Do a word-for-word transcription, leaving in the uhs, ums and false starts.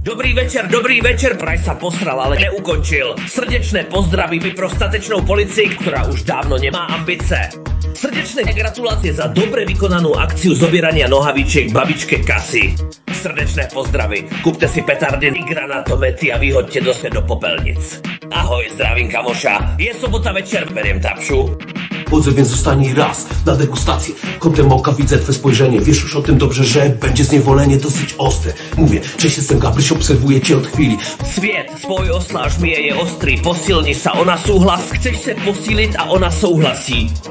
Dobrý večer, dobrý večer, Price sa posral, ale neukončil. Srdečné pozdravy pro statečnou policii, ktorá už dávno nemá ambice. Srdečné gratulácie za dobre vykonanú akciu zobierania nohavičiek babičke Kasi. Srdečné pozdravy, kúpte si petardy, granatomety a vyhoďte do do popelnic. Ahoj, zdravím kamoša, je sobota večer, beriem tapšu. Chodzę, więc ostatni raz na degustację. Kątem oka widzę twe spojrzenie. Wiesz już o tym dobrze, że będzie zniewolenie dosyć ostre. Mówię, cześć, jestem Gabryś, obserwuję cię od chwili. Sviet, svoj osláž mi je ostrý, posilni sa, ona súhlas, chceš sa posíliť a ona souhlasí.